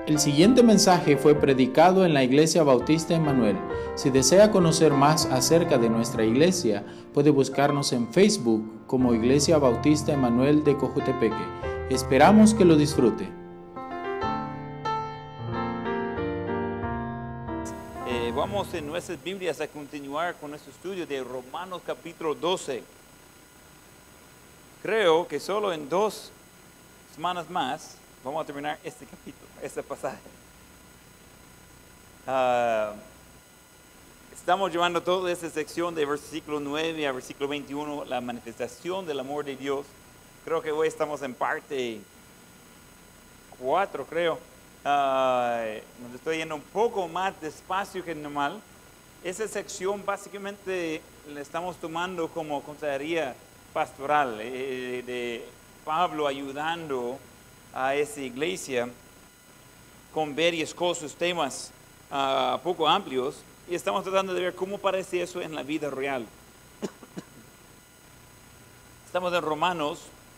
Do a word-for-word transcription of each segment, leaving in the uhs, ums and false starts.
El siguiente mensaje fue predicado en la Iglesia Bautista Emmanuel. Si desea conocer más acerca de nuestra iglesia, puede buscarnos en Facebook como Iglesia Bautista Emmanuel de Cojutepeque. Esperamos que lo disfrute. Eh, vamos en nuestras Biblias a continuar con nuestro estudio de Romanos capítulo doce. Creo que solo en dos semanas más vamos a terminar este capítulo, este pasaje. Uh, estamos llevando toda esta sección de versículo nueve a versículo veintiuno, la manifestación del amor de Dios. Creo que hoy estamos en parte cuatro, creo. Uh, nos estoy yendo un poco más despacio que normal. Esa sección básicamente la estamos tomando como consejería pastoral, eh, de Pablo ayudando a esa iglesia con varias cosas, temas uh, poco amplios, y estamos tratando de ver cómo parece eso en la vida real. Estamos en Romanos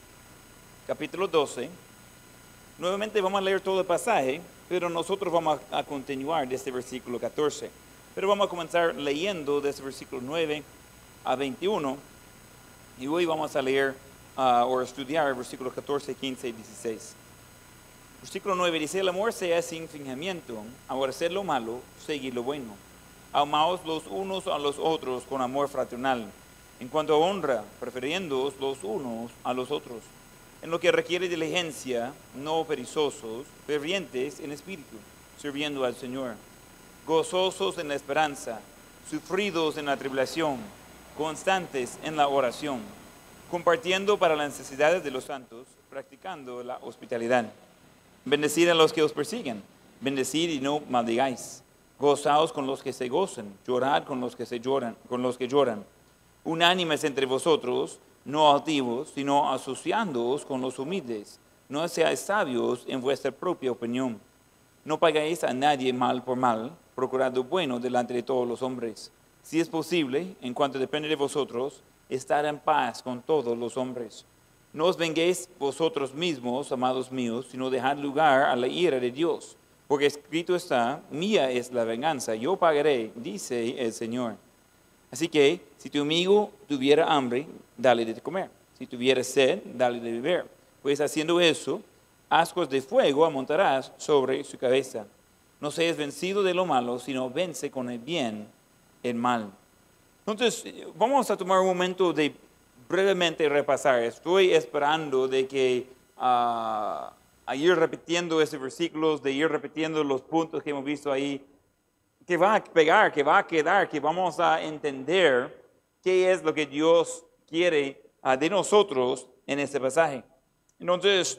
capítulo doce. Nuevamente vamos a leer todo el pasaje, pero nosotros vamos a, a continuar desde el versículo catorce. Pero vamos a comenzar leyendo desde el versículo nueve a veintiuno, y hoy vamos a leer uh, o estudiar el versículo catorce, quince y dieciséis. Versículo nueve dice: el amor sea sin fingimiento, aborrecer lo malo, seguir lo bueno. Amaos los unos a los otros con amor fraternal. En cuanto a honra, prefiriéndoos los unos a los otros. En lo que requiere diligencia, no perezosos, fervientes en espíritu, sirviendo al Señor. Gozosos en la esperanza, sufridos en la tribulación, constantes en la oración. Compartiendo para las necesidades de los santos, practicando la hospitalidad. Bendecid a los que os persiguen, bendecid y no maldigáis. Gozaos con los que se gozan, llorad con los que se lloran, con los que lloran. Unánimes entre vosotros, no altivos, sino asociándoos con los humildes. No seáis sabios en vuestra propia opinión. No pagáis a nadie mal por mal, procurad lo bueno delante de todos los hombres. Si es posible, en cuanto depende de vosotros, estar en paz con todos los hombres. No os venguéis vosotros mismos, amados míos, sino dejad lugar a la ira de Dios. Porque escrito está: mía es la venganza, yo pagaré, dice el Señor. Así que, si tu amigo tuviera hambre, dale de comer. Si tuviera sed, dale de beber. Pues haciendo eso, ascuas de fuego amontarás sobre su cabeza. No seas vencido de lo malo, sino vence con el bien el mal. Entonces, vamos a tomar un momento de brevemente repasar. Estoy esperando de que uh, a ir repitiendo esos versículos, de ir repitiendo los puntos que hemos visto ahí, que va a pegar, que va a quedar, que vamos a entender qué es lo que Dios quiere uh, de nosotros en este pasaje. Entonces,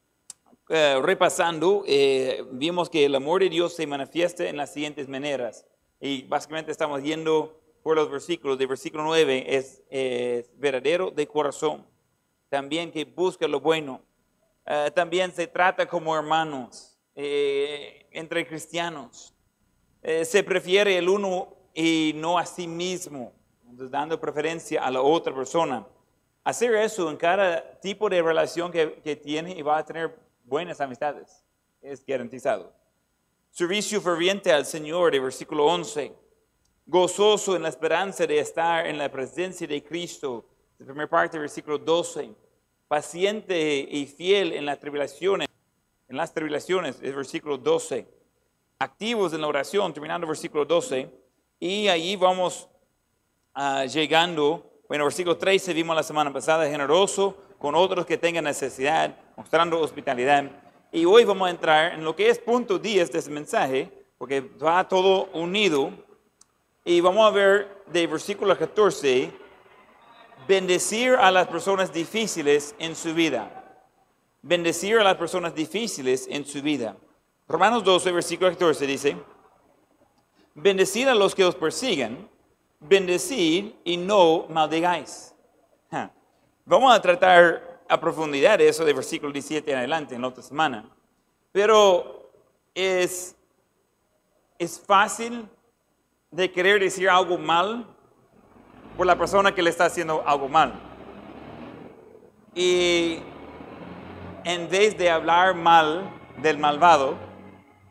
uh, repasando, eh, vimos que el amor de Dios se manifiesta en las siguientes maneras. Y básicamente estamos yendo por los versículos. De versículo nueve es, es verdadero de corazón. También que busca lo bueno. Uh, también se trata como hermanos, eh, entre cristianos. Eh, se prefiere el uno y no a sí mismo, dando preferencia a la otra persona. Hacer eso en cada tipo de relación que, que tiene, y va a tener buenas amistades. Es garantizado. Servicio ferviente al Señor, de versículo once. Gozoso en la esperanza de estar en la presencia de Cristo. La primera parte, versículo doce. Paciente y fiel en las tribulaciones. En las tribulaciones, es versículo doce. Activos en la oración, terminando versículo doce. Y ahí vamos uh, llegando, bueno, versículo trece vimos la semana pasada, generoso con otros que tengan necesidad, mostrando hospitalidad. Y hoy vamos a entrar en lo que es punto diez de ese mensaje, porque va todo unido. Y vamos a ver de versículo catorce, bendecir a las personas difíciles en su vida. Bendecir a las personas difíciles en su vida. Romanos doce, versículo catorce dice: bendecid a los que os persiguen, bendecid y no maldigáis. Ja. Vamos a tratar a profundidad eso de versículo diecisiete en adelante en la otra semana. Pero es, es fácil de querer decir algo mal por la persona que le está haciendo algo mal. Y en vez de hablar mal del malvado,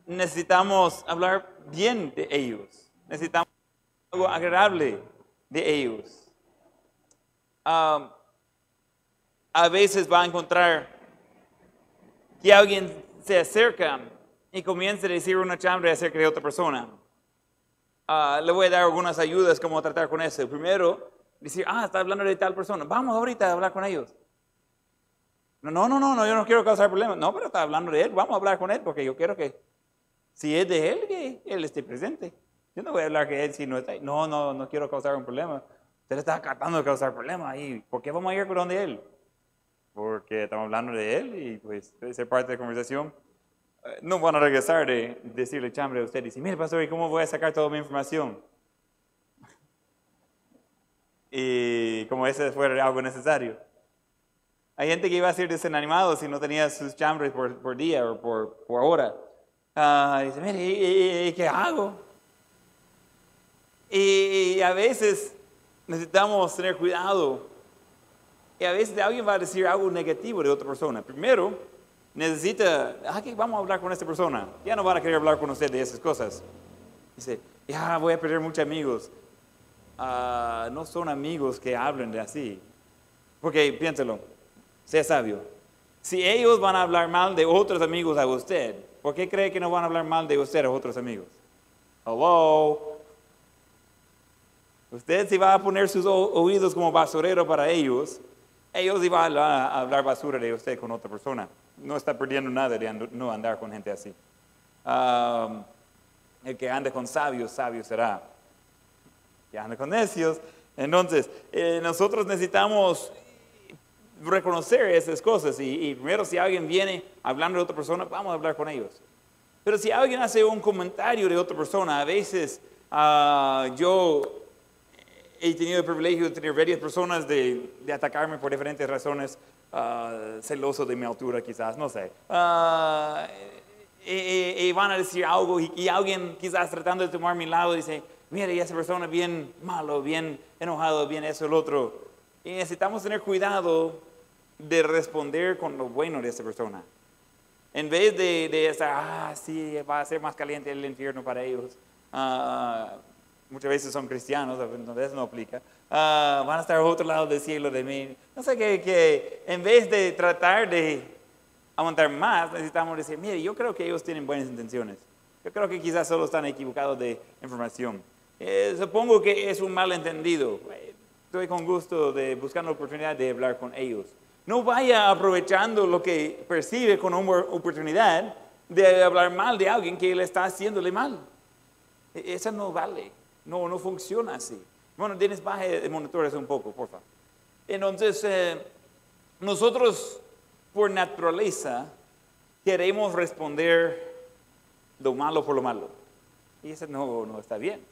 necesitamos hablar bien de ellos. Necesitamos algo agradable de ellos. Um, a veces va a encontrar que alguien se acerca y comienza a decir una chambre acerca de otra persona. Uh, le voy a dar algunas ayudas como tratar con eso. Primero, decir, ah, está hablando de tal persona. Vamos ahorita a hablar con ellos. No, no, no, no, yo no quiero causar problemas. No, pero está hablando de él. Vamos a hablar con él porque yo quiero que, si es de él, que él esté presente. Yo no voy a hablar que él si no está ahí. No, no, no quiero causar un problema. Usted está tratando de causar problemas ahí. ¿Por qué vamos a ir con donde él? Porque estamos hablando de él y pues debe ser parte de la conversación. No van a regresar de decirle chambre a usted y decir, mire pastor, ¿y cómo voy a sacar toda mi información? Y como ese fuera algo necesario. Hay gente que iba a ser desanimado si no tenía sus chambres por, por día o por, por hora. Uh, dice, mire, ¿y, y, y qué hago? Y, y a veces necesitamos tener cuidado. Y a veces alguien va a decir algo negativo de otra persona. Primero, necesita, ah, que vamos a hablar con esta persona. Ya no van a querer hablar con usted de esas cosas. Dice, ya voy a perder muchos amigos. Uh, no son amigos que hablen de así. Porque piénselo, sea sabio. Si ellos van a hablar mal de otros amigos a usted, ¿por qué cree que no van a hablar mal de usted a otros amigos? Hello. Usted si va a poner sus oídos como basurero para ellos, ellos iban a hablar basura de usted con otra persona. No está perdiendo nada de no andar con gente así. Um, el que ande con sabios, sabio será. El que ande con necios. Entonces, eh, nosotros necesitamos reconocer esas cosas. Y, y primero, si alguien viene hablando de otra persona, vamos a hablar con ellos. Pero si alguien hace un comentario de otra persona, a veces uh, yo he tenido el privilegio de tener varias personas de, de atacarme por diferentes razones, uh, celoso de mi altura quizás, no sé. Uh, y, y van a decir algo y, y alguien quizás tratando de tomar mi lado dice, mire, esa persona bien malo, bien enojado, bien eso, el otro. Y necesitamos tener cuidado de responder con lo bueno de esa persona. En vez de, de estar, ah, sí, va a ser más caliente el infierno para ellos. Uh, muchas veces son cristianos, entonces no aplica. Uh, van a estar a otro lado del cielo de mí. No sé, que, que en vez de tratar de aguantar más, necesitamos decir, mire, yo creo que ellos tienen buenas intenciones. Yo creo que quizás solo están equivocados de información. Eh, supongo que es un malentendido. Estoy con gusto de buscar la oportunidad de hablar con ellos. No vaya aprovechando lo que percibe con una oportunidad de hablar mal de alguien que le está haciéndole mal. Eso no vale. No, no funciona así. Bueno, Dennis, baje de monitores un poco, por favor. Entonces, eh, nosotros, por naturaleza, queremos responder lo malo por lo malo. Y eso no, no está bien.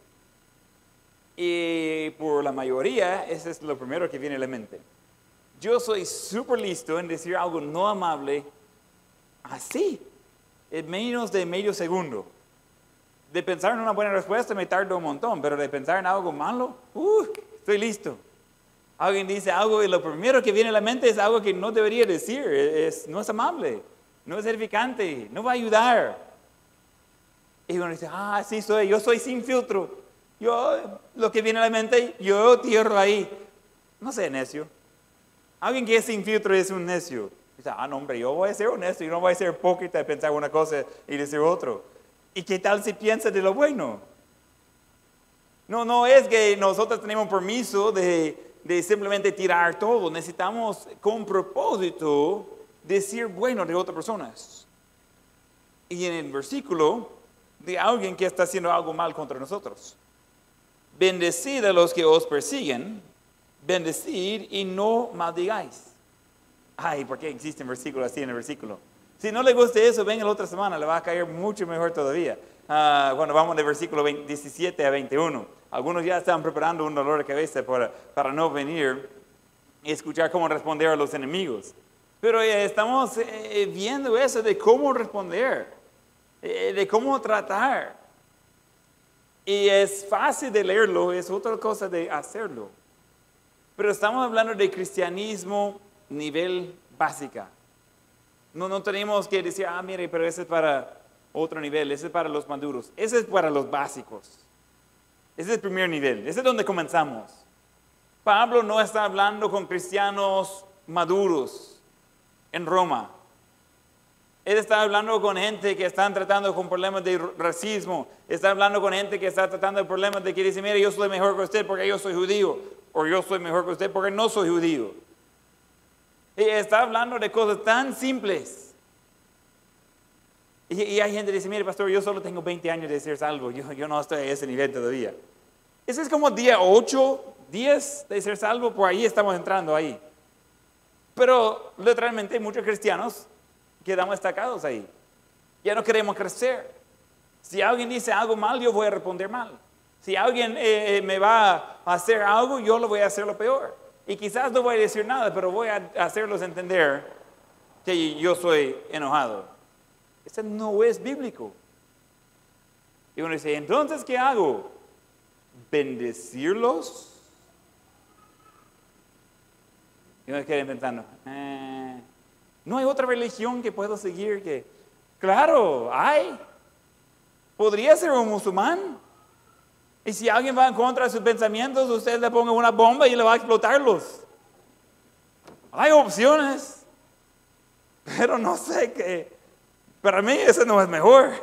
Y por la mayoría, eso es lo primero que viene a la mente. Yo soy súper listo en decir algo no amable así, en menos de medio segundo. De pensar en una buena respuesta me tardo un montón, pero de pensar en algo malo, uh, estoy listo. Alguien dice algo y lo primero que viene a la mente es algo que no debería decir, es, no es amable, no es edificante, no va a ayudar. Y uno dice, ah, sí soy, yo soy sin filtro. Yo, lo que viene a la mente, yo tierro ahí. No sé, necio. Alguien que es sin filtro es un necio. Dice, ah, no, hombre, yo voy a ser honesto, yo no voy a ser hipócrita de pensar una cosa y decir otro. ¿Y qué tal si piensa de lo bueno? No, no es que nosotros tenemos permiso de, de simplemente tirar todo. Necesitamos con propósito decir bueno de otras personas. Y en el versículo de alguien que está haciendo algo mal contra nosotros. Bendecid a los que os persiguen, bendecid y no maldigáis. Ay, ¿por qué existen versículos así en el versículo? Si no le gusta eso, venga la otra semana, le va a caer mucho mejor todavía. Uh, cuando vamos del versículo diecisiete a veintiuno. Algunos ya están preparando un dolor de cabeza para, para no venir y escuchar cómo responder a los enemigos. Pero eh, estamos eh, viendo eso de cómo responder, eh, de cómo tratar. Y es fácil de leerlo, es otra cosa de hacerlo. Pero estamos hablando de cristianismo nivel básica. No, no tenemos que decir, ah, mire, pero eso es para otro nivel. Ese es para los maduros. Ese es para los básicos. Ese es el primer nivel. Ese es donde comenzamos. Pablo no está hablando con cristianos maduros en Roma. Él está hablando con gente que están tratando con problemas de racismo. Está hablando con gente que está tratando de problemas de que dice, mire, yo soy mejor que usted porque yo soy judío. O yo soy mejor que usted porque no soy judío. Y está hablando de cosas tan simples. Y, y hay gente que dice, mire, pastor, yo solo tengo veinte años de ser salvo. Yo, yo no estoy a ese nivel todavía. Ese es como día ocho, diez de ser salvo. Por ahí estamos entrando ahí. Pero literalmente muchos cristianos quedamos estacados ahí. Ya no queremos crecer. Si alguien dice algo mal, yo voy a responder mal. Si alguien eh, me va a hacer algo, yo lo voy a hacer lo peor. Y quizás no voy a decir nada, pero voy a hacerlos entender que yo soy enojado. Eso no es bíblico. Y uno dice, entonces, ¿qué hago? ¿Bendecirlos? Y uno queda pensando, eh, no hay otra religión que puedo seguir que, claro, hay. Podría ser un musulmán. Y si alguien va en contra de sus pensamientos, usted le ponga una bomba y le va a explotarlos. Hay opciones. Pero no sé qué. Para mí ese no es mejor.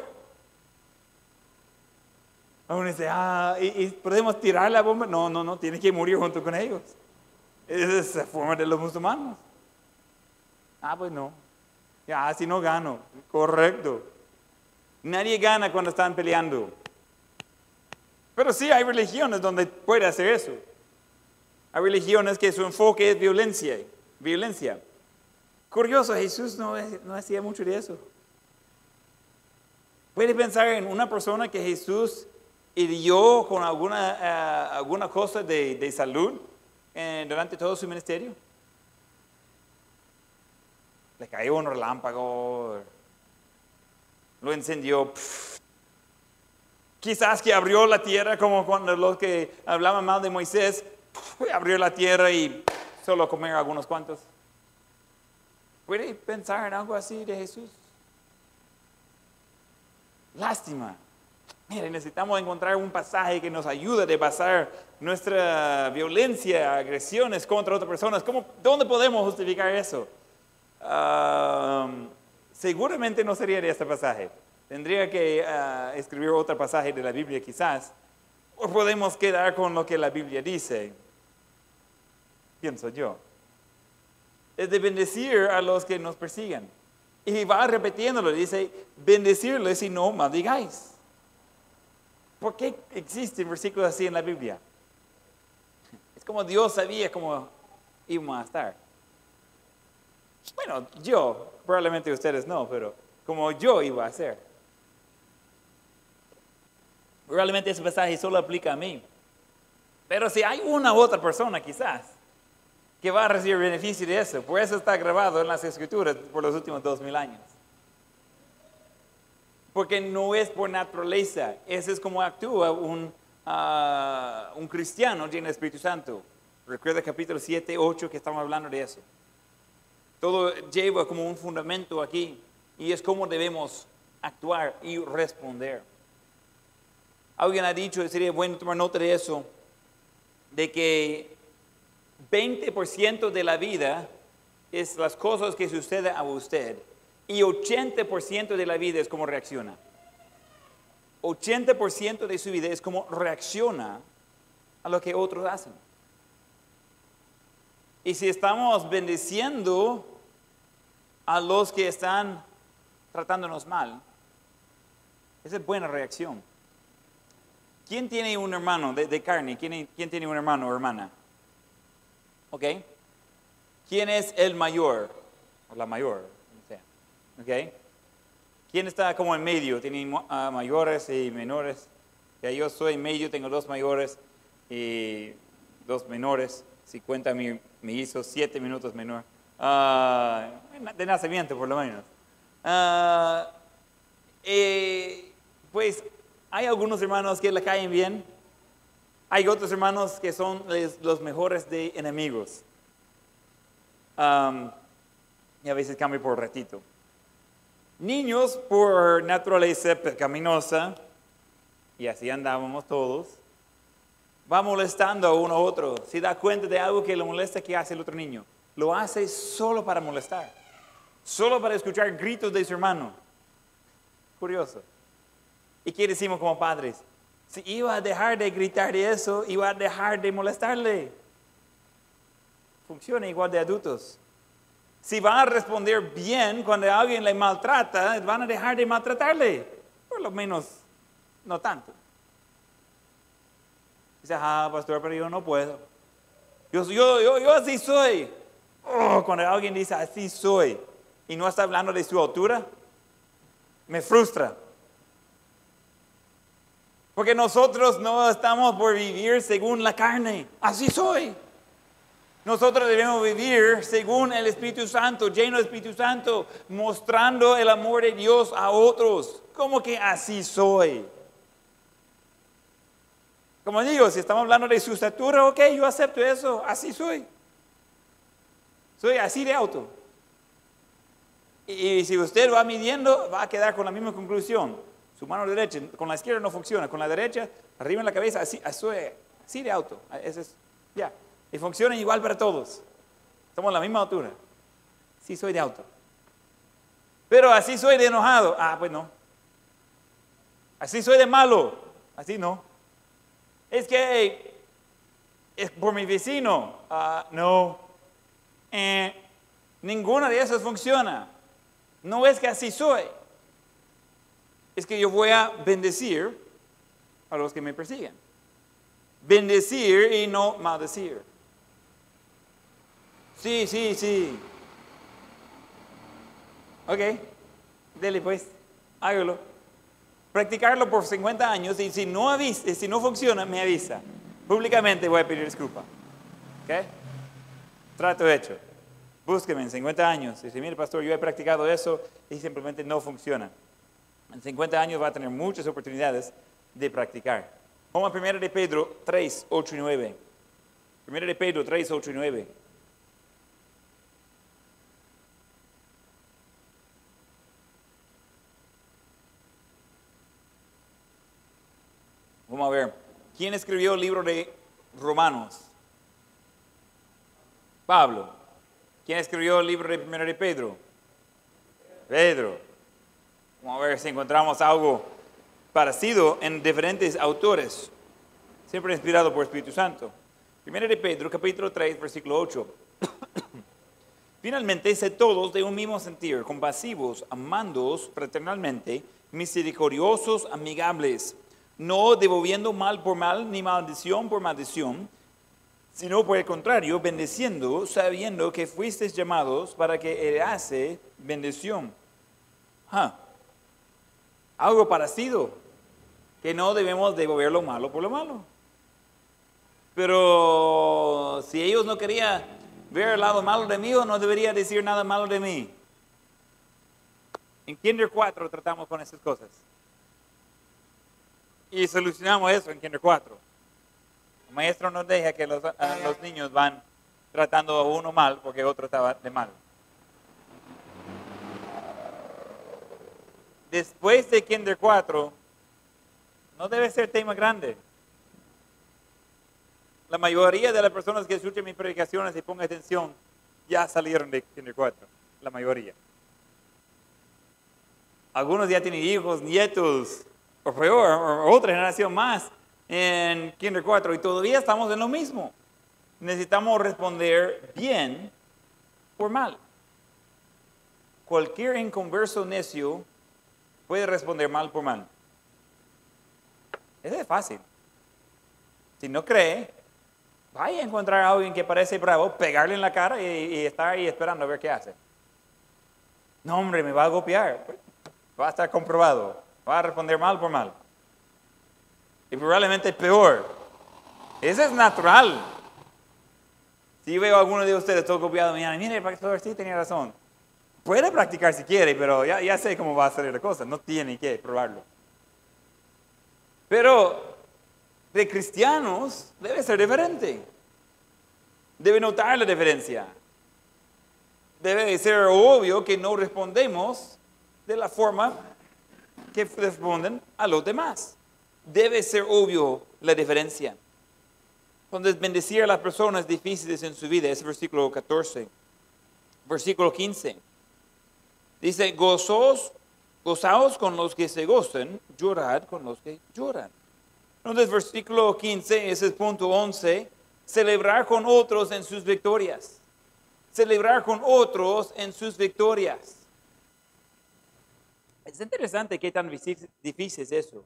Uno dice, ah, ¿y, y podemos tirar la bomba? No, no, no, tiene que morir junto con ellos. Esa es la forma de los musulmanes. Ah, pues no. Ya, así no gano. Correcto. Nadie gana cuando están peleando. Pero sí hay religiones donde puede hacer eso. Hay religiones que su enfoque es violencia. Violencia. Curioso, Jesús no, no hacía mucho de eso. Puede pensar en una persona que Jesús hirió con alguna, uh, alguna cosa de, de salud eh, durante todo su ministerio. Le cayó un relámpago, lo encendió. Pff. Quizás que abrió la tierra como cuando los que hablaban mal de Moisés, pff, abrió la tierra y solo comer algunos cuantos. ¿Puede pensar en algo así de Jesús? Lástima. Mire, necesitamos encontrar un pasaje que nos ayude a pasar nuestra violencia, agresiones contra otras personas. ¿Cómo, ¿Dónde podemos justificar eso? Uh, seguramente no sería de este pasaje. Tendría que uh, escribir otro pasaje de la Biblia quizás. O podemos quedar con lo que la Biblia dice. Pienso yo. Es de bendecir a los que nos persigan. Y va repitiéndolo. Dice, bendecirles y no maldigáis. ¿Por qué existen versículos así en la Biblia? Es como Dios sabía cómo íbamos a estar. Bueno, yo, probablemente ustedes no, pero como yo iba a ser. Probablemente ese pasaje solo aplica a mí. Pero si hay una u otra persona quizás que va a recibir beneficio de eso, por eso está grabado en las Escrituras por los últimos dos mil años. Porque no es por naturaleza, ese es como actúa un, uh, un cristiano lleno del Espíritu Santo. Recuerda capítulo siete, ocho que estamos hablando de eso. Todo lleva como un fundamento aquí y es como debemos actuar y responder. Alguien ha dicho, sería bueno tomar nota de eso, de que veinte por ciento de la vida es las cosas que suceden a usted y ochenta por ciento de la vida es cómo reacciona. ochenta por ciento de su vida es cómo reacciona a lo que otros hacen. Y si estamos bendiciendo a los que están tratándonos mal, esa es buena reacción. ¿Quién tiene un hermano de, de carne? ¿Quién, ¿Quién tiene un hermano o hermana? ¿Ok? ¿Quién es el mayor? O la mayor. ¿Ok? ¿Quién está como en medio? ¿Tienen uh, mayores y menores? Ya yo soy en medio, tengo dos mayores y dos menores. Si cuenta mi, mi hizo siete minutos menor. Uh, de nacimiento, por lo menos. Uh, eh, pues hay algunos hermanos que le caen bien. Hay otros hermanos que son les, los mejores de enemigos. Um, y a veces cambio por ratito. Niños por naturaleza pecaminosa, y así andábamos todos, va molestando a uno a otro. Si da cuenta de algo que le molesta, ¿qué hace el otro niño? Lo hace solo para molestar, solo para escuchar gritos de su hermano. Curioso. ¿Y qué decimos como padres? Si iba a dejar de gritar de eso, iba a dejar de molestarle. Funciona igual de adultos. Si van a responder bien cuando alguien le maltrata, van a dejar de maltratarle. Por lo menos, no tanto. Dice, ah, pastor, pero yo no puedo. Yo, yo, yo, yo así soy. Oh, cuando alguien dice así soy y no está hablando de su altura, me frustra. Porque nosotros no estamos por vivir según la carne. Así soy. Nosotros debemos vivir según el Espíritu Santo, lleno del Espíritu Santo, mostrando el amor de Dios a otros. ¿Cómo que así soy? Como digo, si estamos hablando de su estatura, ok, yo acepto eso, así soy. Soy así de alto. Y, y si usted va midiendo, va a quedar con la misma conclusión. Su mano derecha, con la izquierda no funciona, con la derecha, arriba en la cabeza, así, así, así de alto. Ese es, ya. Y funciona igual para todos. Somos a la misma altura. Sí soy de alto. Pero así soy de enojado. Ah, pues no. Así soy de malo. Así no. Es que es por mi vecino. Ah, no. Eh, ninguna de esas funciona. No es que así soy. Es que yo voy a bendecir a los que me persiguen. Bendecir y no maldecir. Sí, sí, sí. Ok, dele pues, hágalo. Practicarlo por cincuenta años y si no, avisa, si no funciona, me avisa. Públicamente voy a pedir disculpa. ¿Ok? Trato hecho. Búsqueme en cincuenta años. Y dice, mire pastor, yo he practicado eso y simplemente no funciona. En cincuenta años va a tener muchas oportunidades de practicar. Vamos a primera de Pedro tres, ocho y nueve. primera de Pedro tres, ocho y nueve. Vamos a ver. ¿Quién escribió el libro de Romanos? Pablo. ¿Quién escribió el libro de primera de Pedro? Pedro. Vamos a ver si encontramos algo parecido en diferentes autores, siempre inspirado por el Espíritu Santo. Primera de Pedro, capítulo tres, versículo ocho. Finalmente, sed todos de un mismo sentir, compasivos, amándoos fraternalmente, misericordiosos, amigables, no devolviendo mal por mal, ni maldición por maldición, sino por el contrario, bendeciendo, sabiendo que fuisteis llamados para que heredase bendición. Huh. Algo parecido, que no debemos devolver lo malo por lo malo. Pero si ellos no querían ver el lado malo de mí, no debería decir nada malo de mí. En Kinder cuatro tratamos con esas cosas. Y solucionamos eso en Kinder cuatro. El maestro no deja que los, a, los niños van tratando a uno mal porque otro estaba de mal. Después de Kinder cuatro, no debe ser tema grande. La mayoría de las personas que escuchen mis predicaciones y pongan atención, ya salieron de Kinder cuatro. La mayoría. Algunos ya tienen hijos, nietos, o peor, o otra generación más en Kinder cuatro. Y todavía estamos en lo mismo. Necesitamos responder bien por mal. Cualquier inconverso necio puede responder mal por mal. Eso es fácil. Si no cree, vaya a encontrar a alguien que parece bravo, pegarle en la cara y, y estar ahí esperando a ver qué hace. No, hombre, me va a golpear. Va a estar comprobado. Va a responder mal por mal. Y probablemente peor. Eso es natural. Si veo a alguno de ustedes todo golpeado mañana, mire, pastor, sí tenía razón. Puede practicar si quiere, pero ya, ya sé cómo va a salir la cosa. No tiene que probarlo. Pero de cristianos debe ser diferente. Debe notar la diferencia. Debe ser obvio que no respondemos de la forma que responden a los demás. Debe ser obvio la diferencia. Entonces, bendecir a las personas difíciles en su vida, es versículo catorce. Versículo quince. Dice, gozosos, gozaos con los que se gozan, llorad con los que lloran. Entonces, versículo quince, ese es punto once, celebrar con otros en sus victorias. Celebrar con otros en sus victorias. Es interesante qué tan difícil es eso.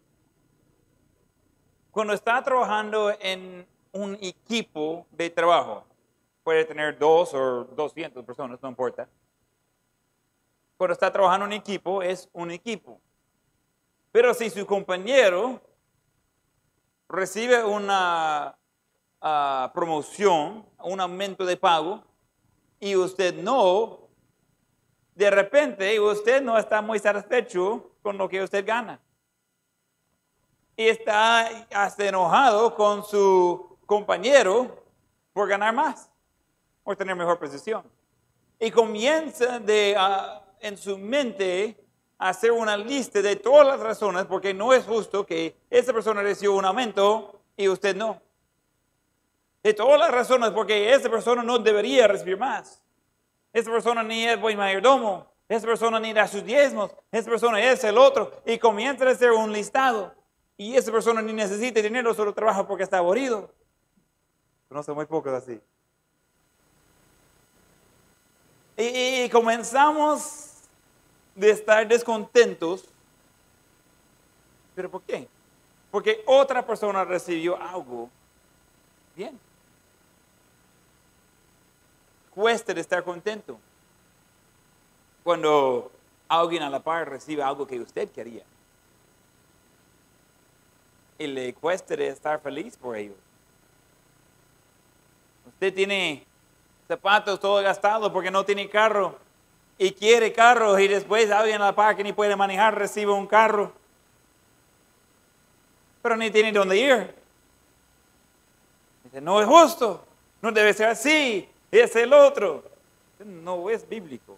Cuando está trabajando en un equipo de trabajo, puede tener dos o doscientas personas, no importa. Cuando está trabajando en un equipo, es un equipo. Pero si su compañero recibe una uh, promoción, un aumento de pago, y usted no, de repente usted no está muy satisfecho con lo que usted gana. Y está hasta enojado con su compañero por ganar más, por tener mejor posición. Y comienza de, uh, en su mente a hacer una lista de todas las razones porque no es justo que esa persona reciba un aumento y usted no. De todas las razones porque esa persona no debería recibir más. Esa persona ni es buen mayordomo. Esa persona ni da sus diezmos. Esa persona es el otro. Y comienza a hacer un listado. Y esa persona ni necesita dinero, solo trabaja porque está aburrido. Conozco muy pocos así. Y, y comenzamos de estar descontentos. ¿Pero por qué? Porque otra persona recibió algo bien. Cuesta de estar contento cuando alguien a la par recibe algo que usted quería. Y le cuesta de estar feliz por ellos. Usted tiene zapatos todo gastado porque no tiene carro y quiere carro y después alguien a la par que ni puede manejar recibe un carro. Pero ni tiene dónde ir. Dice, no es justo, no debe ser así, es el otro. No es bíblico.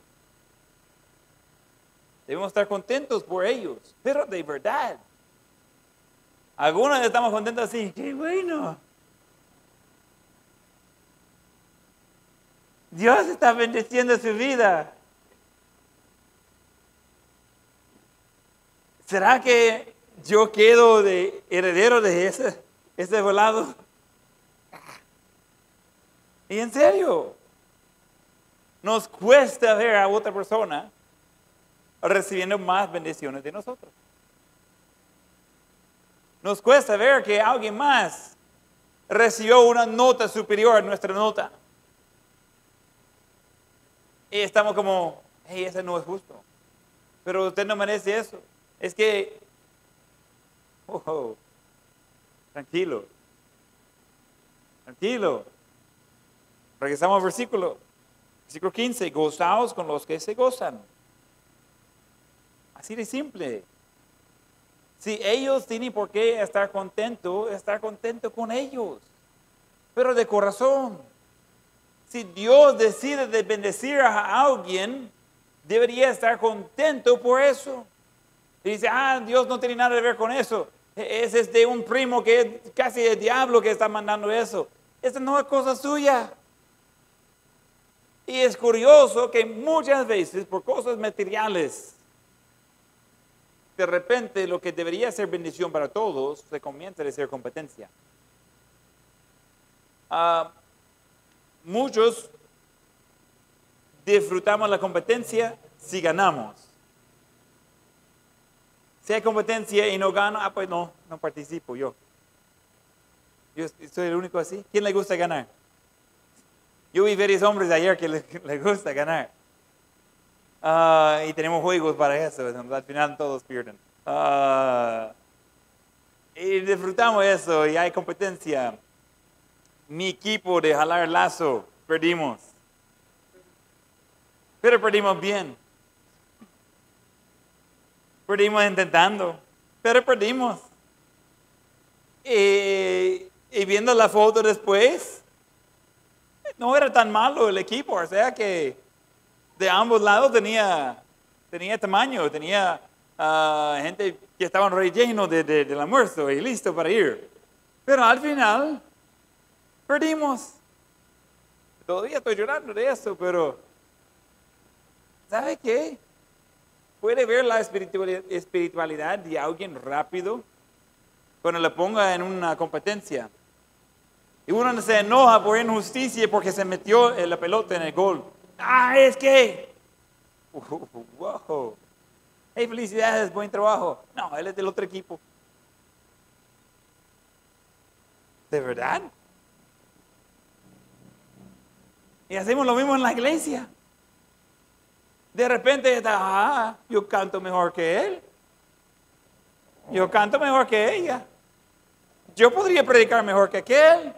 Debemos estar contentos por ellos, pero de verdad. Algunos estamos contentos así, qué bueno. Dios está bendiciendo su vida. ¿Será que yo quedo de heredero de ese, ese volado? Y en serio, nos cuesta ver a otra persona recibiendo más bendiciones de nosotros. Nos cuesta ver que alguien más recibió una nota superior a nuestra nota. Y estamos como, hey, eso no es justo. Pero usted no merece eso. Es que, oh, oh, tranquilo, tranquilo. Regresamos al versículo. Versículo quince, gozaos con los que se gozan. Así de simple. Si ellos tienen por qué estar contentos, estar contento con ellos. Pero de corazón. Si Dios decide de bendecir a alguien, debería estar contento por eso. Y dice, ah, Dios no tiene nada que ver con eso. Ese es de un primo que es casi el diablo que está mandando eso. Esa no es cosa suya. Y es curioso que muchas veces por cosas materiales, de repente lo que debería ser bendición para todos se comienza a ser competencia. Uh, muchos disfrutamos la competencia si ganamos. Si hay competencia y no gano, ah, pues no, no participo yo. Yo soy el único así. ¿Quién le gusta ganar? Yo vi varios hombres ayer que les le gusta ganar. Uh, y tenemos juegos para eso. Al final todos pierden. Uh, y disfrutamos eso y hay competencia. Mi equipo de jalar lazo, perdimos. Pero perdimos bien. Perdimos intentando, pero perdimos. Y, y viendo la foto después, no era tan malo el equipo. O sea que de ambos lados tenía tenía tamaño, tenía ah, gente que estaban rellenos de, de, del almuerzo y listo para ir. Pero al final, perdimos. Todavía estoy llorando de eso, pero ¿sabe qué? Puede ver la espiritualidad, espiritualidad de alguien rápido cuando le ponga en una competencia. Y uno se enoja por injusticia porque se metió la pelota en el gol. Ah, es que... Uh, wow. Hey, felicidades, buen trabajo. No, él es del otro equipo. ¿De verdad? Y hacemos lo mismo en la iglesia. De repente está, ah, yo canto mejor que él. Yo canto mejor que ella. Yo podría predicar mejor que aquel.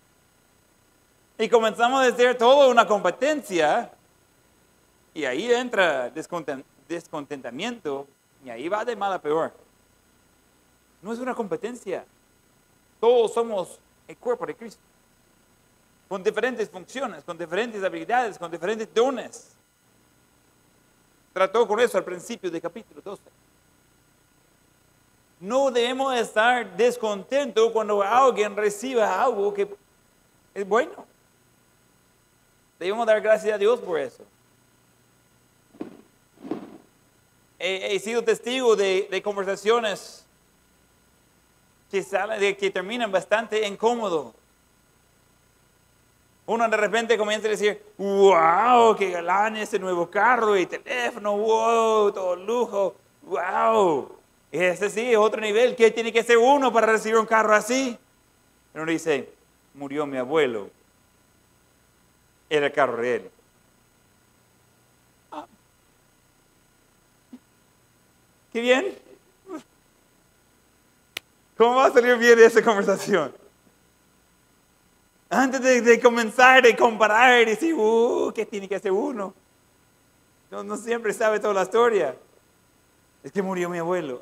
Y comenzamos a hacer toda una competencia. Y ahí entra descontent- descontentamiento. Y ahí va de mal a peor. No es una competencia. Todos somos el cuerpo de Cristo. Con diferentes funciones, con diferentes habilidades, con diferentes dones. Trató con eso al principio del capítulo doce. No debemos estar descontentos cuando alguien reciba algo que es bueno. Debemos dar gracias a Dios por eso. He, he sido testigo de, de conversaciones que, salen, de, que terminan bastante incómodos. Uno de repente comienza a decir, wow, qué galán ese nuevo carro y teléfono, wow, todo lujo, wow. Ese sí es otro nivel. ¿Qué tiene que hacer uno para recibir un carro así? Y uno dice, murió mi abuelo. Era el carro de él. Ah. ¿Qué bien? ¿Cómo va a salir bien esa conversación? Antes de, de comenzar, de comparar y decir, uh, ¿qué tiene que hacer uno? No, no siempre sabe toda la historia. Es que murió mi abuelo.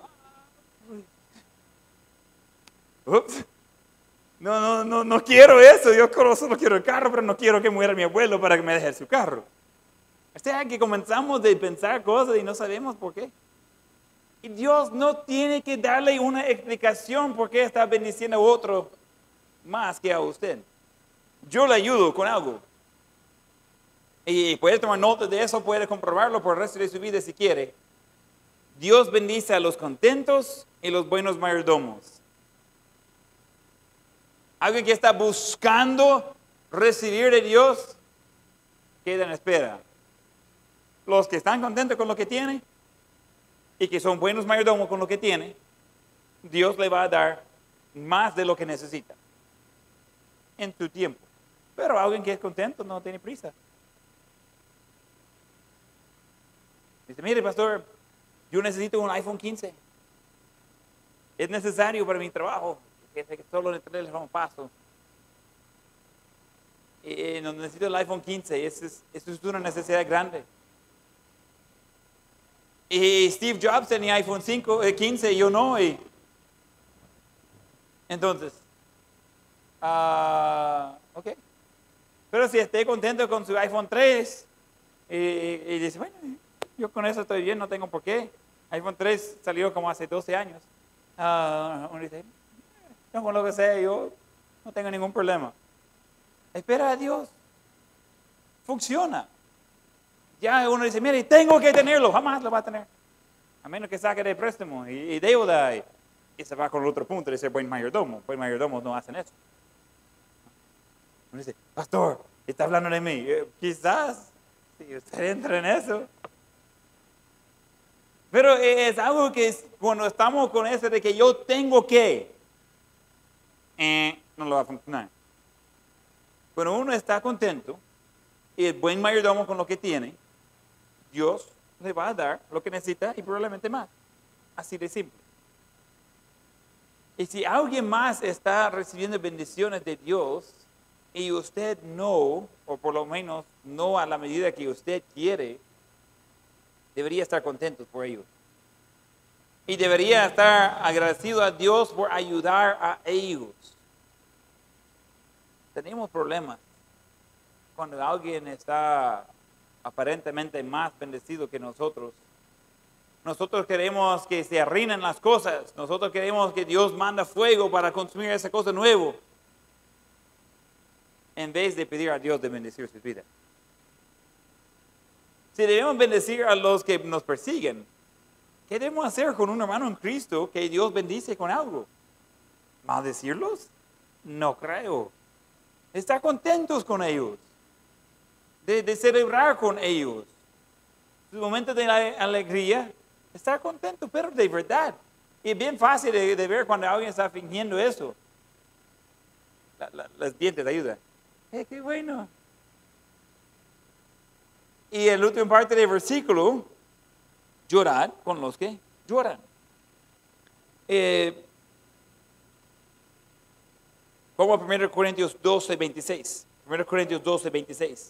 Ups. No, no, no, no quiero eso. Yo solo quiero el carro, pero no quiero que muera mi abuelo para que me deje su carro. O sea, que comenzamos de pensar cosas y no sabemos por qué. Y Dios no tiene que darle una explicación por qué está bendiciendo a otro más que a usted. Yo le ayudo con algo. Y puede tomar nota de eso, puede comprobarlo por el resto de su vida si quiere. Dios bendice a los contentos y los buenos mayordomos. Alguien que está buscando recibir de Dios, queda en espera. Los que están contentos con lo que tienen y que son buenos mayordomos con lo que tienen, Dios le va a dar más de lo que necesita en su tiempo. Pero alguien que es contento no tiene prisa. Dice, mire, pastor, yo necesito un iPhone quince. Es necesario para mi trabajo. Que solo en el teléfono paso. Eh, no necesito el iPhone quince. Eso es, eso es una necesidad grande. Y Steve Jobs tenía iPhone cinco, eh, quince y yo no. Y entonces, uh, ok. Pero si esté contento con su iPhone tres y, y dice, bueno, yo con eso estoy bien, no tengo por qué. iPhone tres salió como hace doce años. Uh, uno dice, no, con lo que sea, yo no tengo ningún problema. Espera a Dios. Funciona. Ya uno dice, mire, tengo que tenerlo, jamás lo va a tener. A menos que saque de préstamo y, y deuda. Y, y se va con el otro punto de ser buen mayordomo. Buen mayordomos no hacen eso. Uno dice, pastor, está hablando de mí. Eh, quizás, si usted entra en eso. Pero es algo que es, cuando estamos con eso de que yo tengo que, eh, no lo va a funcionar. Cuando uno está contento y es buen mayordomo con lo que tiene, Dios le va a dar lo que necesita y probablemente más. Así de simple. Y si alguien más está recibiendo bendiciones de Dios y usted no, o por lo menos no a la medida que usted quiere, debería estar contento por ello. Y debería estar agradecido a Dios por ayudar a ellos. Tenemos problemas cuando alguien está aparentemente más bendecido que nosotros Nosotros queremos que se arruinen las cosas. Nosotros queremos que Dios manda fuego para consumir esa cosa nueva. En vez de pedir a Dios de bendecir sus vidas. Si debemos bendecir a los que nos persiguen, ¿qué debemos hacer con un hermano en Cristo que Dios bendice con algo? ¿Maldecirlos? No creo. Estar contentos con ellos. De, de celebrar con ellos. Sus momentos de alegría. Estar contento, pero de verdad. Y es bien fácil de, de ver cuando alguien está fingiendo eso. La, la, los dientes ayudan. Eh, ¡Qué bueno! Y el último parte del versículo, llorad con los que lloran. Eh, Vamos a primero Corintios doce, veintiséis. primero Corintios doce, veintiséis.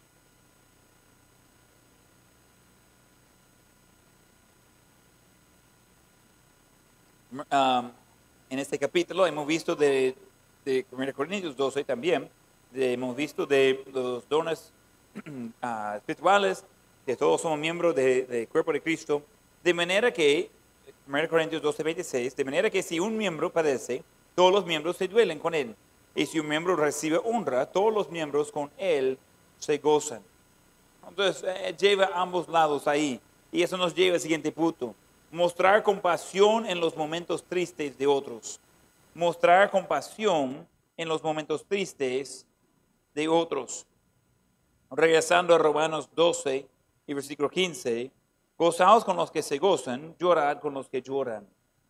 Um, en este capítulo hemos visto de, de primero Corintios doce también, de, hemos visto de los dones uh, espirituales, que todos somos miembros del de cuerpo de Cristo, de manera que, primero Corintios doce, veintiséis, de manera que si un miembro padece, todos los miembros se duelen con él. Y si un miembro recibe honra, todos los miembros con él se gozan. Entonces, eh, lleva ambos lados ahí. Y eso nos lleva al siguiente punto. Mostrar compasión en los momentos tristes de otros. Mostrar compasión en los momentos tristes de otros. Regresando a Romanos doce y versículo quince. Gozaos con los que se gozan, llorad con los que lloran.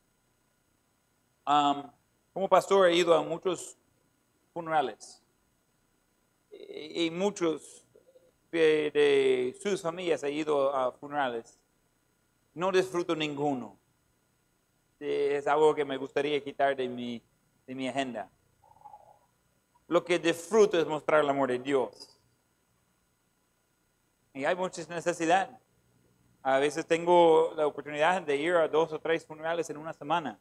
Um, como pastor he ido a muchos funerales. Y, y muchos de, de sus familias han ido a funerales. No disfruto ninguno. Es algo que me gustaría quitar de mi, de mi agenda. Lo que disfruto es mostrar el amor de Dios. Y hay muchas necesidades. A veces tengo la oportunidad de ir a dos o tres funerales en una semana.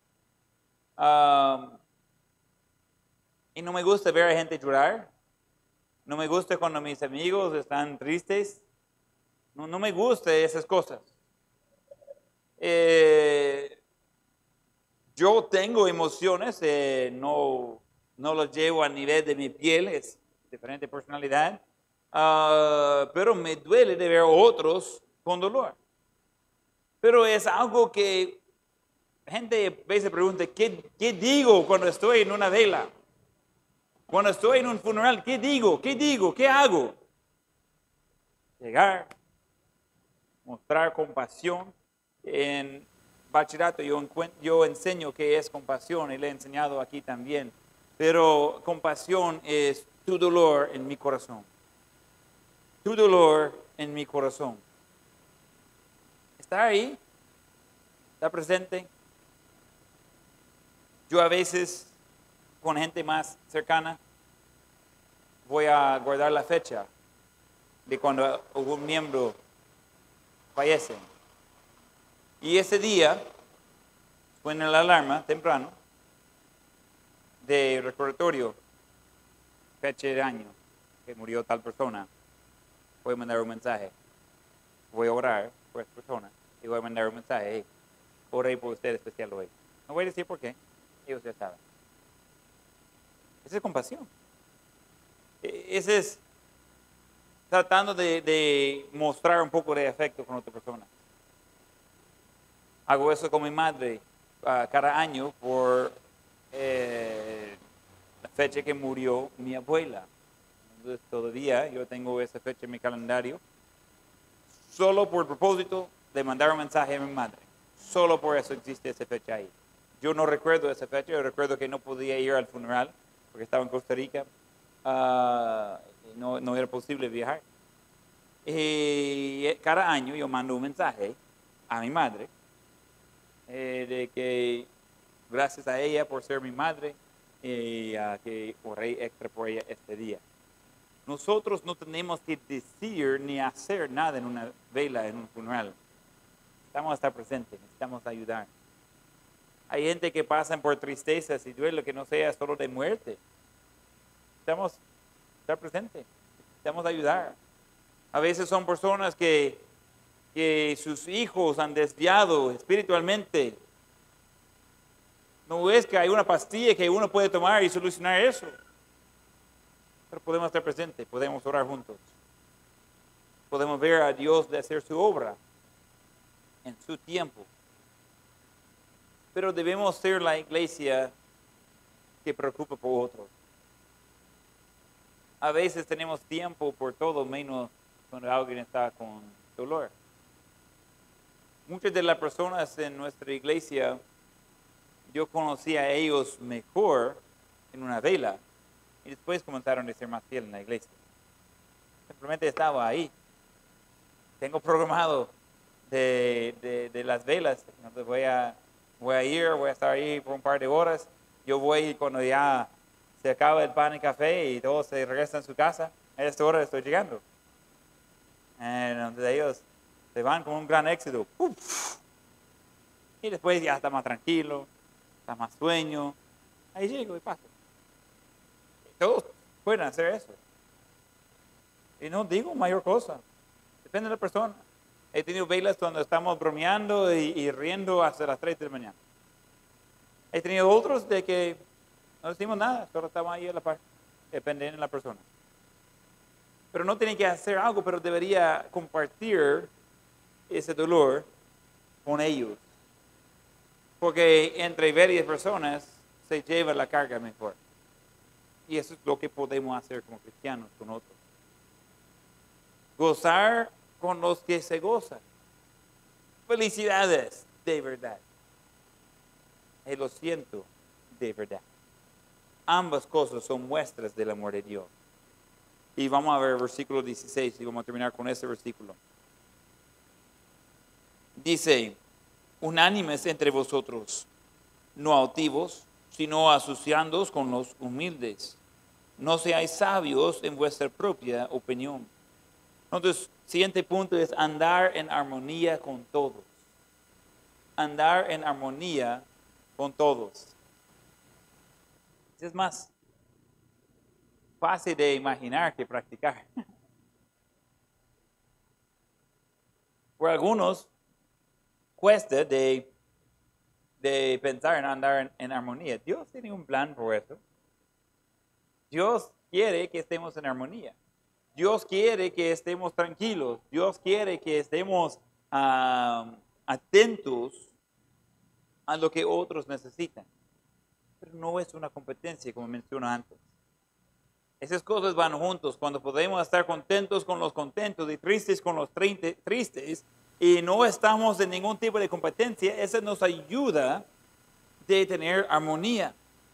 Um, y no me gusta ver a gente llorar. No me gusta cuando mis amigos están tristes. No, no me gusta esas cosas. Eh, yo tengo emociones, eh, no, no las llevo a nivel de mi piel, es diferente personalidad. Uh, pero me duele de ver a otros con dolor. Pero es algo que gente a veces pregunta, ¿qué, ¿qué digo cuando estoy en una vela? Cuando estoy en un funeral, ¿qué digo? ¿Qué digo? ¿Qué hago? Llegar, mostrar compasión. En bachillerato yo, yo enseño qué es compasión y le he enseñado aquí también. Pero compasión es tu dolor en mi corazón. Tu dolor en mi corazón. ¿Está ahí? ¿Está presente? Yo a veces, con gente más cercana, voy a guardar la fecha de cuando algún miembro fallece. Y ese día, suena la alarma temprano de recordatorio, fecha de año, que murió tal persona. Voy a mandar un mensaje. Voy a orar por esa persona y voy a mandar un mensaje. Hey, oré por usted especial hoy. No voy a decir por qué. Ellos ya saben. Esa es compasión. Ese es tratando de, de mostrar un poco de afecto con otra persona. Hago eso con mi madre uh, cada año por eh, la fecha que murió mi abuela. Entonces todavía yo tengo esa fecha en mi calendario. Solo por el propósito de mandar un mensaje a mi madre. Solo por eso existe esa fecha ahí. Yo no recuerdo esa fecha, yo recuerdo que no podía ir al funeral porque estaba en Costa Rica. Uh, no, no era posible viajar. Y cada año yo mando un mensaje a mi madre eh, de que gracias a ella por ser mi madre y uh, que oré extra por ella este día. Nosotros no tenemos que decir ni hacer nada en una vela, en un funeral. Necesitamos estar presentes, necesitamos ayudar. Hay gente que pasa por tristezas y duelo que no sea solo de muerte. Necesitamos estar presentes, necesitamos ayudar. A veces son personas que que sus hijos han desviado espiritualmente. No es que hay una pastilla que uno puede tomar y solucionar eso. Pero podemos estar presentes, podemos orar juntos. Podemos ver a Dios de hacer su obra en su tiempo. Pero debemos ser la iglesia que preocupa por otros. A veces tenemos tiempo por todo menos cuando alguien está con dolor. Muchas de las personas en nuestra iglesia, yo conocí a ellos mejor en una vela y después comenzaron a ser más fieles en la iglesia. Simplemente estaba ahí. Tengo programado de, de, de las velas. Entonces voy a, voy a ir, voy a estar ahí por un par de horas. Yo voy cuando ya se acaba el pan y café y todos se regresan a su casa. A esta hora estoy llegando. Entonces ellos se van con un gran éxito. Uf. Y después ya está más tranquilo, está más sueño. Ahí llego y paso. Todos pueden hacer eso. Y no digo mayor cosa. Depende de la persona. He tenido velas cuando estamos bromeando y, y riendo hasta las tres de la mañana. He tenido otros de que no decimos nada, solo estamos ahí a la par. Depende de la persona. Pero no tiene que hacer algo, pero debería compartir ese dolor con ellos. Porque entre varias personas se lleva la carga mejor. Y eso es lo que podemos hacer como cristianos con otros. Gozar con los que se gozan. Felicidades de verdad. Y lo siento de verdad. Ambas cosas son muestras del amor de Dios. Y vamos a ver el versículo dieciséis y vamos a terminar con ese versículo. Dice, unánimes entre vosotros, no altivos, sino asociándoos con los humildes. No seáis sabios en vuestra propia opinión. Entonces, siguiente punto es andar en armonía con todos. Andar en armonía con todos. Es más fácil de imaginar que practicar. Por algunos, cuesta de, de pensar en andar en, en armonía. Dios tiene un plan por eso. Dios quiere que estemos en armonía. Dios quiere que estemos tranquilos. Dios quiere que estemos uh, atentos a lo que otros necesitan. Pero no es una competencia, como mencioné antes. Esas cosas van juntos. Cuando podemos estar contentos con los contentos y tristes con los tristes y no estamos en ningún tipo de competencia, eso nos ayuda de tener armonía.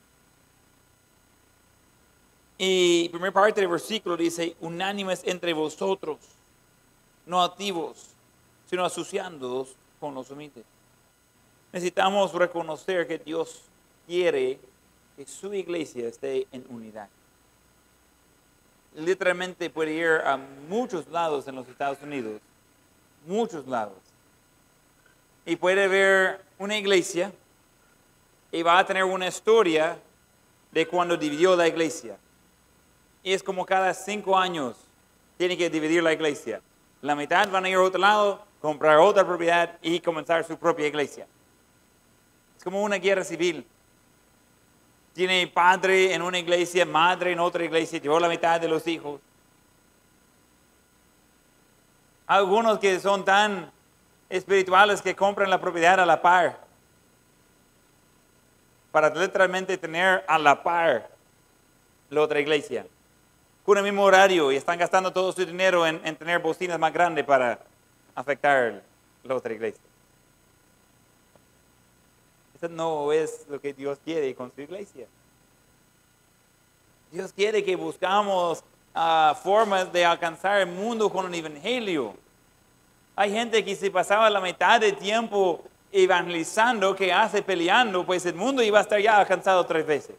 Y la primera parte del versículo dice, unánimes entre vosotros, no activos, sino asociándoos con los humildes. Necesitamos reconocer que Dios quiere que su iglesia esté en unidad. Literalmente puede ir a muchos lados en los Estados Unidos, muchos lados. Y puede ver una iglesia y va a tener una historia de cuando dividió la iglesia. Y es como cada cinco años tiene que dividir la iglesia. La mitad van a ir a otro lado, comprar otra propiedad y comenzar su propia iglesia. Es como una guerra civil. Tiene padre en una iglesia, madre en otra iglesia, llevó la mitad de los hijos. Algunos que son tan espirituales que compran la propiedad a la par. Para literalmente tener a la par la otra iglesia. Con el mismo horario y están gastando todo su dinero en, en tener bocinas más grandes para afectar la otra iglesia. Eso no es lo que Dios quiere con su iglesia. Dios quiere que buscamos uh, formas de alcanzar el mundo con el evangelio. Hay gente que se pasaba la mitad del tiempo evangelizando que hace peleando, pues el mundo iba a estar ya alcanzado tres veces.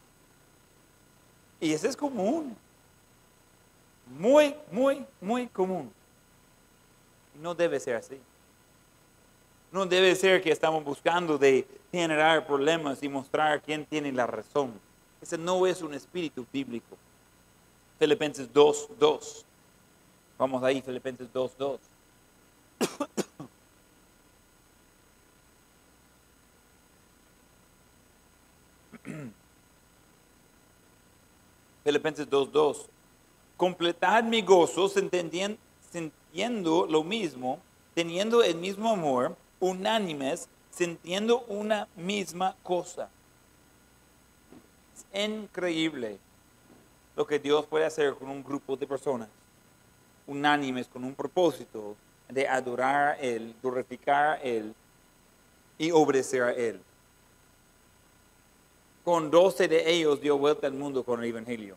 Y eso es común. Muy, muy, muy común. No debe ser así. No debe ser que estamos buscando de generar problemas y mostrar quién tiene la razón. Ese no es un espíritu bíblico. Filipenses dos, dos. Vamos ahí, Filipenses dos, dos. Filipenses dos dos. Completad mi gozo sintiendo, sintiendo lo mismo, teniendo el mismo amor, unánimes, sintiendo una misma cosa. Es increíble lo que Dios puede hacer con un grupo de personas unánimes, con un propósito de adorar a Él, glorificar a Él y obedecer a Él. Con doce de ellos dio vuelta al mundo con el Evangelio.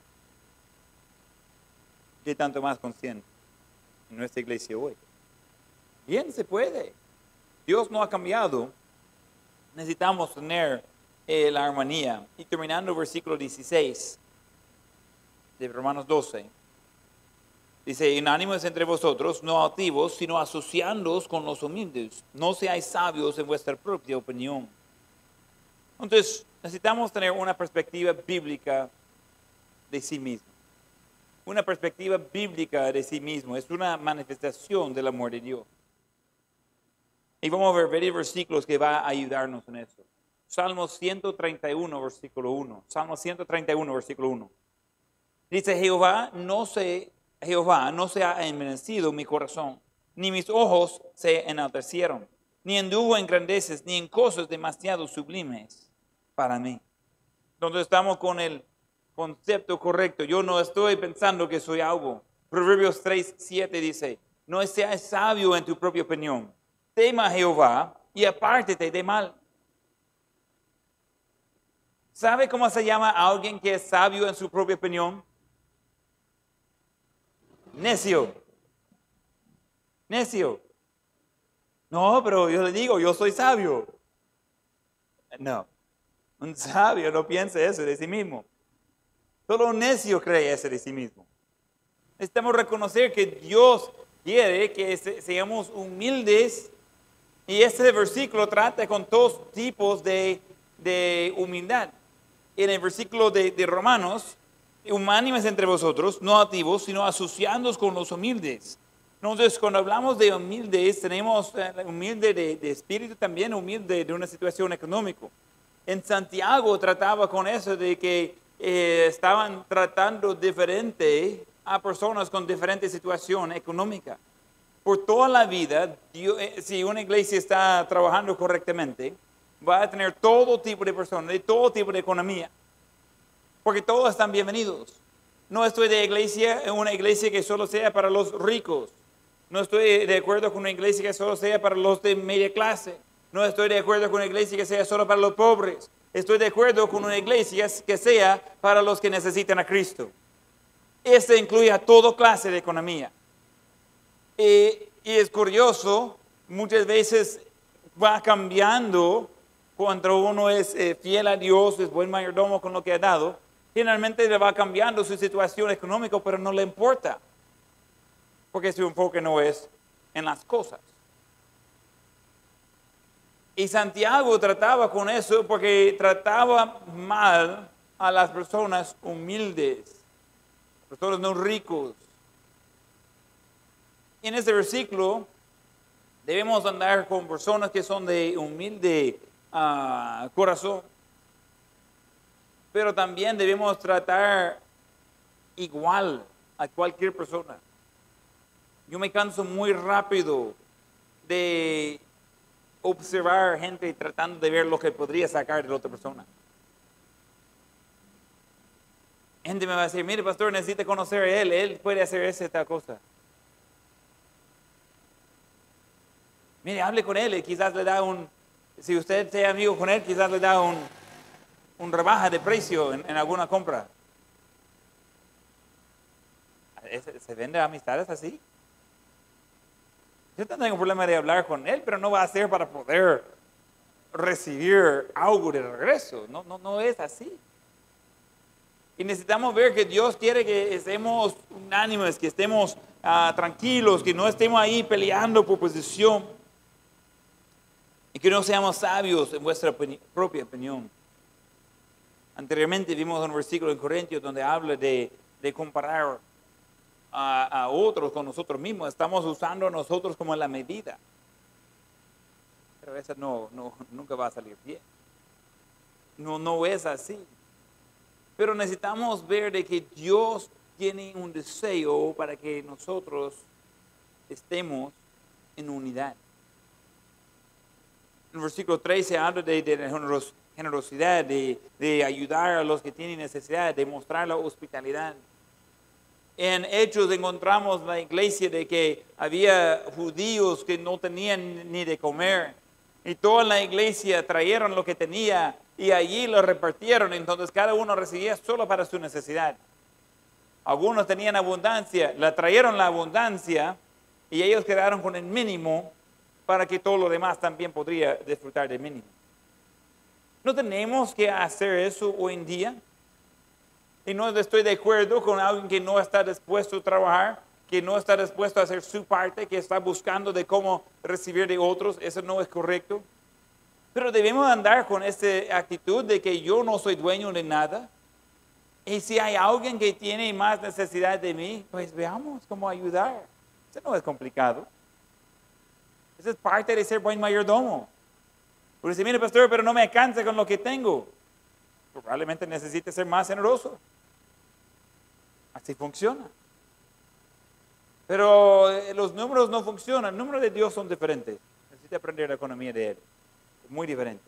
¿Qué tanto más con cien en nuestra iglesia hoy? Bien, se puede. Dios no ha cambiado. Necesitamos tener eh, la armonía. Y terminando el versículo dieciséis de Romanos doce. Dice, unánimes entre vosotros, no altivos, sino asociándoos con los humildes. No seáis sabios en vuestra propia opinión. Entonces, necesitamos tener una perspectiva bíblica de sí mismo. Una perspectiva bíblica de sí mismo. Es una manifestación del amor de Dios. Y vamos a ver varios versículos que va a ayudarnos en eso. Salmo ciento treinta y uno, versículo uno. Salmo ciento treinta y uno, versículo uno. Dice, Jehová no se, Jehová no se ha envanecido mi corazón, ni mis ojos se enaltecieron, ni anduvo en grandeces, ni en cosas demasiado sublimes para mí. Entonces estamos con el concepto correcto. Yo no estoy pensando que soy algo. Proverbios tres, siete dice, no seas sabio en tu propia opinión. Tema a Jehová y apártate de mal. ¿Sabe cómo se llama a alguien que es sabio en su propia opinión? Necio. Necio. No, pero yo le digo, yo soy sabio. No. Un sabio no piensa eso de sí mismo. Solo un necio cree eso de sí mismo. Necesitamos reconocer que Dios quiere que seamos humildes. Y este versículo trata con todos tipos de, de humildad. En el versículo de, de Romanos, unánimes entre vosotros, no altivos, sino asociándoos con los humildes. Entonces, cuando hablamos de humildes, tenemos eh, humilde de, de espíritu, también humilde de una situación económica. En Santiago trataba con eso de que eh, estaban tratando diferente a personas con diferente situación económica. Por toda la vida, Dios, eh, si una iglesia está trabajando correctamente, va a tener todo tipo de personas, de todo tipo de economía. Porque todos están bienvenidos. No estoy de iglesia en una iglesia que solo sea para los ricos. No estoy de acuerdo con una iglesia que solo sea para los de media clase. No estoy de acuerdo con una iglesia que sea solo para los pobres. Estoy de acuerdo con una iglesia que sea para los que necesitan a Cristo. Este incluye a toda clase de economía. Y, y es curioso, muchas veces va cambiando cuando uno es eh, fiel a Dios, es buen mayordomo con lo que ha dado. Generalmente le va cambiando su situación económica, pero no le importa. Porque su enfoque no es en las cosas. Y Santiago trataba con eso porque trataba mal a las personas humildes, personas no ricos. En este versículo debemos andar con personas que son de humilde uh, corazón, pero también debemos tratar igual a cualquier persona. Yo me canso muy rápido de observar gente tratando de ver lo que podría sacar de la otra persona. Gente me va a decir, mire pastor, necesita conocer a él, él puede hacer esa tal cosa. Mire, hable con él y quizás le da un, si usted sea amigo con él, quizás le da un, un rebaja de precio en, en alguna compra. ¿Se vende amistades así? Yo no tengo problema de hablar con él, pero no va a ser para poder recibir algo de regreso. No, no, no es así. Y necesitamos ver que Dios quiere que estemos unánimes, que estemos uh, tranquilos, que no estemos ahí peleando por posición. Y que no seamos sabios en vuestra opini- propia opinión. Anteriormente vimos un versículo en Corintios donde habla de, de comparar a, a otros con nosotros mismos. Estamos usando a nosotros como la medida. Pero eso no, no, nunca va a salir bien. No, no es así. Pero necesitamos ver de que Dios tiene un deseo para que nosotros estemos en unidad. En el versículo trece habla de, de generos, generosidad, de, de ayudar a los que tienen necesidad, de mostrar la hospitalidad. En Hechos encontramos la iglesia de que había judíos que no tenían ni de comer. Y toda la iglesia trajeron lo que tenía y allí lo repartieron. Entonces cada uno recibía solo para su necesidad. Algunos tenían abundancia, la trajeron la abundancia y ellos quedaron con el mínimo para que todo lo demás también podría disfrutar del mínimo. ¿No tenemos que hacer eso hoy en día? Y no estoy de acuerdo con alguien que no está dispuesto a trabajar, que no está dispuesto a hacer su parte, que está buscando de cómo recibir de otros. Eso no es correcto. Pero debemos andar con esta actitud de que yo no soy dueño de nada. Y si hay alguien que tiene más necesidad de mí, pues veamos cómo ayudar. Eso no es complicado. Eso es parte de ser buen mayordomo. Porque si mire, pastor, pero no me alcanza con lo que tengo. Probablemente necesite ser más generoso. Así funciona. Pero los números no funcionan. Los números de Dios son diferentes. Necesita aprender la economía de Él. Es muy diferente.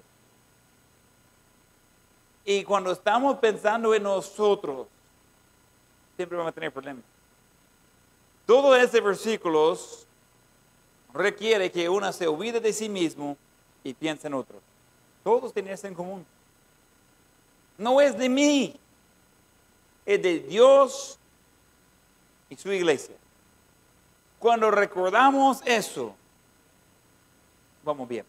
Y cuando estamos pensando en nosotros, siempre vamos a tener problemas. Todos estos versículos requiere que uno se olvide de sí mismo y piense en otros. Todos tienen eso en común. No es de mí, es de Dios y su iglesia. Cuando recordamos eso, vamos bien.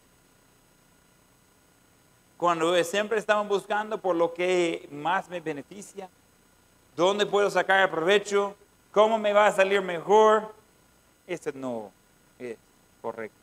Cuando siempre estamos buscando por lo que más me beneficia, dónde puedo sacar provecho, cómo me va a salir mejor, eso no es correcto.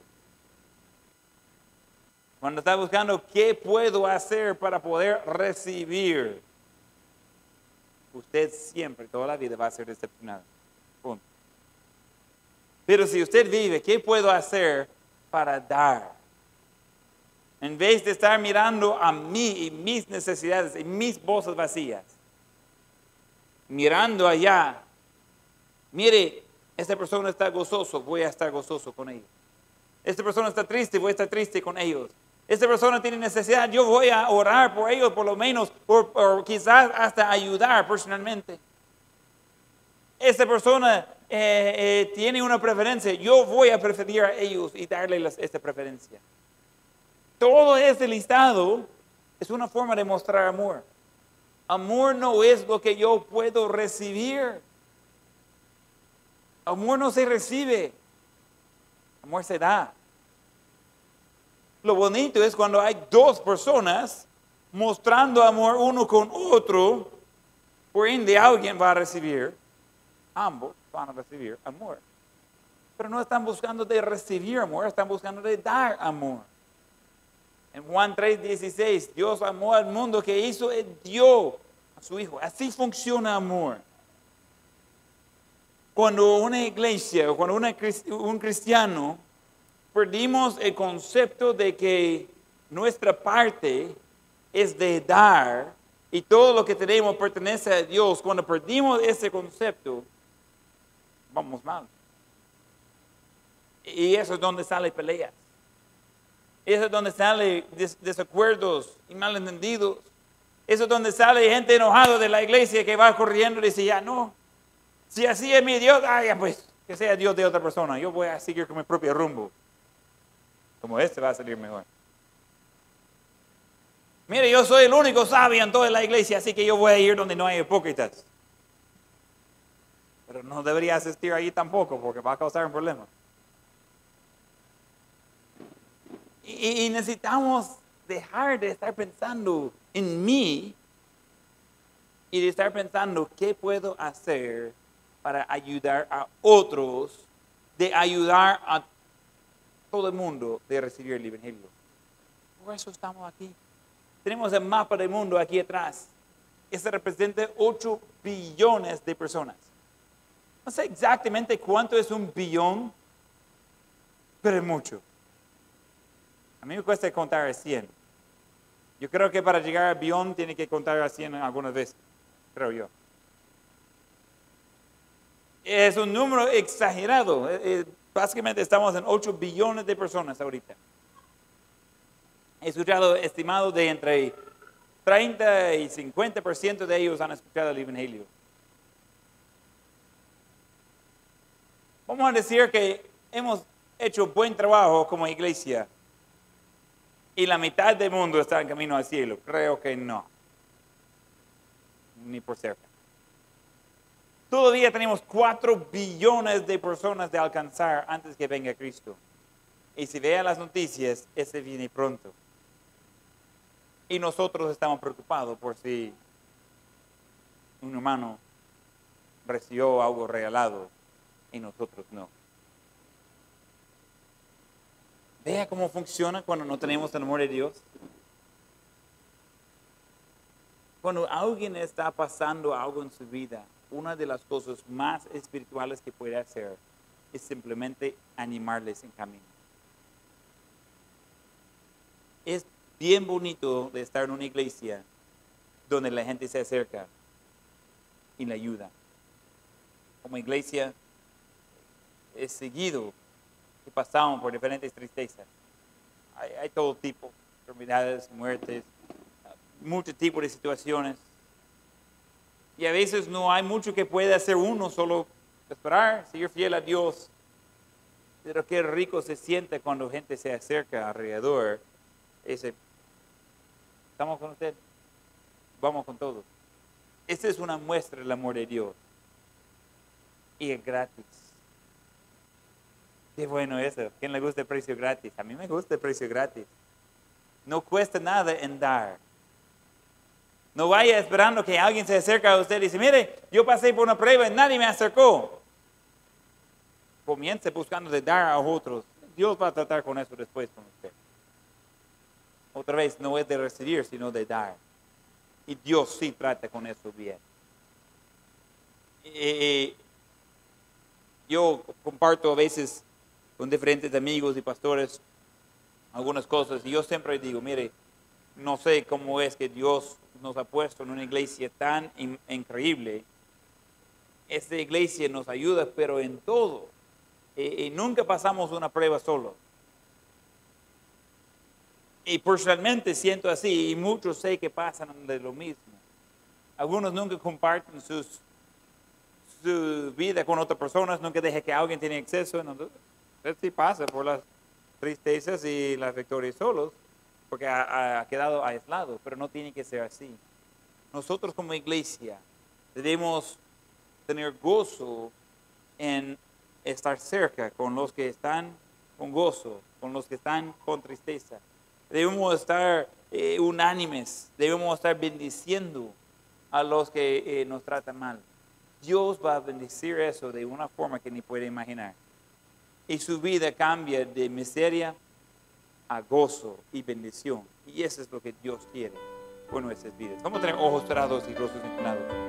Cuando está buscando qué puedo hacer para poder recibir, usted siempre, toda la vida va a ser decepcionado. Punto. Pero si usted vive, ¿qué puedo hacer para dar? En vez de estar mirando a mí y mis necesidades y mis bolsas vacías, mirando allá, mire, esta persona está gozoso, voy a estar gozoso con ellos. Esta persona está triste, voy a estar triste con ellos. Esta persona tiene necesidad, yo voy a orar por ellos por lo menos, o, o quizás hasta ayudar personalmente. Esta persona eh, eh, tiene una preferencia, yo voy a preferir a ellos y darles esta preferencia. Todo ese listado es una forma de mostrar amor. Amor no es lo que yo puedo recibir. Amor no se recibe. Amor se da. Lo bonito es cuando hay dos personas mostrando amor uno con otro, por ende alguien va a recibir, ambos van a recibir amor. Pero no están buscando de recibir amor, están buscando de dar amor. En Juan tres dieciséis, Dios amó al mundo que hizo, dio a su Hijo. Así funciona amor. Cuando una iglesia, o cuando una, un cristiano, perdimos el concepto de que nuestra parte es de dar y todo lo que tenemos pertenece a Dios. Cuando perdimos ese concepto, vamos mal. Y eso es donde salen peleas. Eso es donde salen des desacuerdos y malentendidos. Eso es donde sale gente enojada de la iglesia que va corriendo y dice, ya no, si así es mi Dios, ah, ya pues, que sea Dios de otra persona. Yo voy a seguir con mi propio rumbo. Como este va a salir mejor. Mire, yo soy el único sabio en toda la iglesia, así que yo voy a ir donde no hay hipócritas. Pero no debería asistir ahí tampoco, porque va a causar un problema. Y, y necesitamos dejar de estar pensando en mí y de estar pensando qué puedo hacer para ayudar a otros, de ayudar a todo el mundo de recibir el evangelio. Por eso estamos aquí. Tenemos el mapa del mundo aquí atrás. Este representa ocho billones de personas. No sé exactamente cuánto es un billón, pero es mucho. A mí me cuesta contar a cien. Yo creo que para llegar al billón tiene que contar a cien algunas veces, creo yo. Es un número exagerado. Eh, eh, Básicamente estamos en ocho billones de personas ahorita. He escuchado estimados de entre treinta y cincuenta por ciento de ellos han escuchado el Evangelio. Vamos a decir que hemos hecho buen trabajo como iglesia y la mitad del mundo está en camino al cielo. Creo que no. Ni por cerca. Todavía tenemos cuatro billones de personas de alcanzar antes que venga Cristo. Y si vean las noticias, ese viene pronto. Y nosotros estamos preocupados por si un hermano recibió algo regalado y nosotros no. Vea cómo funciona cuando no tenemos el amor de Dios. Cuando alguien está pasando algo en su vida, una de las cosas más espirituales que puede hacer es simplemente animarles en camino. Es bien bonito de estar en una iglesia donde la gente se acerca y le ayuda. Como iglesia es seguido que pasamos por diferentes tristezas. Hay, hay todo tipo, enfermedades, muertes, muchos tipos de situaciones. Y a veces no hay mucho que pueda hacer uno, solo esperar, seguir fiel a Dios. Pero qué rico se siente cuando gente se acerca alrededor. Ese, ¿estamos con usted? Vamos con todos. Esa es una muestra del amor de Dios. Y es gratis. Qué bueno eso. ¿Quién le gusta el precio gratis? A mí me gusta el precio gratis. No cuesta nada en dar. No vaya esperando que alguien se acerque a usted y dice, mire, yo pasé por una prueba y nadie me acercó. Comience buscando de dar a otros. Dios va a tratar con eso después con usted. Otra vez, no es de recibir, sino de dar. Y Dios sí trata con eso bien. Y yo comparto a veces con diferentes amigos y pastores algunas cosas. Y yo siempre digo, mire, no sé cómo es que Dios nos ha puesto en una iglesia tan in- increíble. Esta iglesia nos ayuda, pero en todo. Y, y nunca pasamos una prueba solo. Y personalmente siento así, y muchos sé que pasan de lo mismo. Algunos nunca comparten sus, su vida con otras personas, nunca dejan que alguien tenga acceso. Usted sí pasa por las tristezas y las victorias solos, porque ha, ha quedado aislado, pero no tiene que ser así. Nosotros como iglesia debemos tener gozo en estar cerca con los que están con gozo, con los que están con tristeza. Debemos estar eh, unánimes, debemos estar bendiciendo a los que eh, nos tratan mal. Dios va a bendecir eso de una forma que ni puede imaginar. Y su vida cambia de miseria a gozo y bendición. Y eso es lo que Dios quiere con nuestras vidas. Vamos a tener ojos cerrados y rostros inclinados.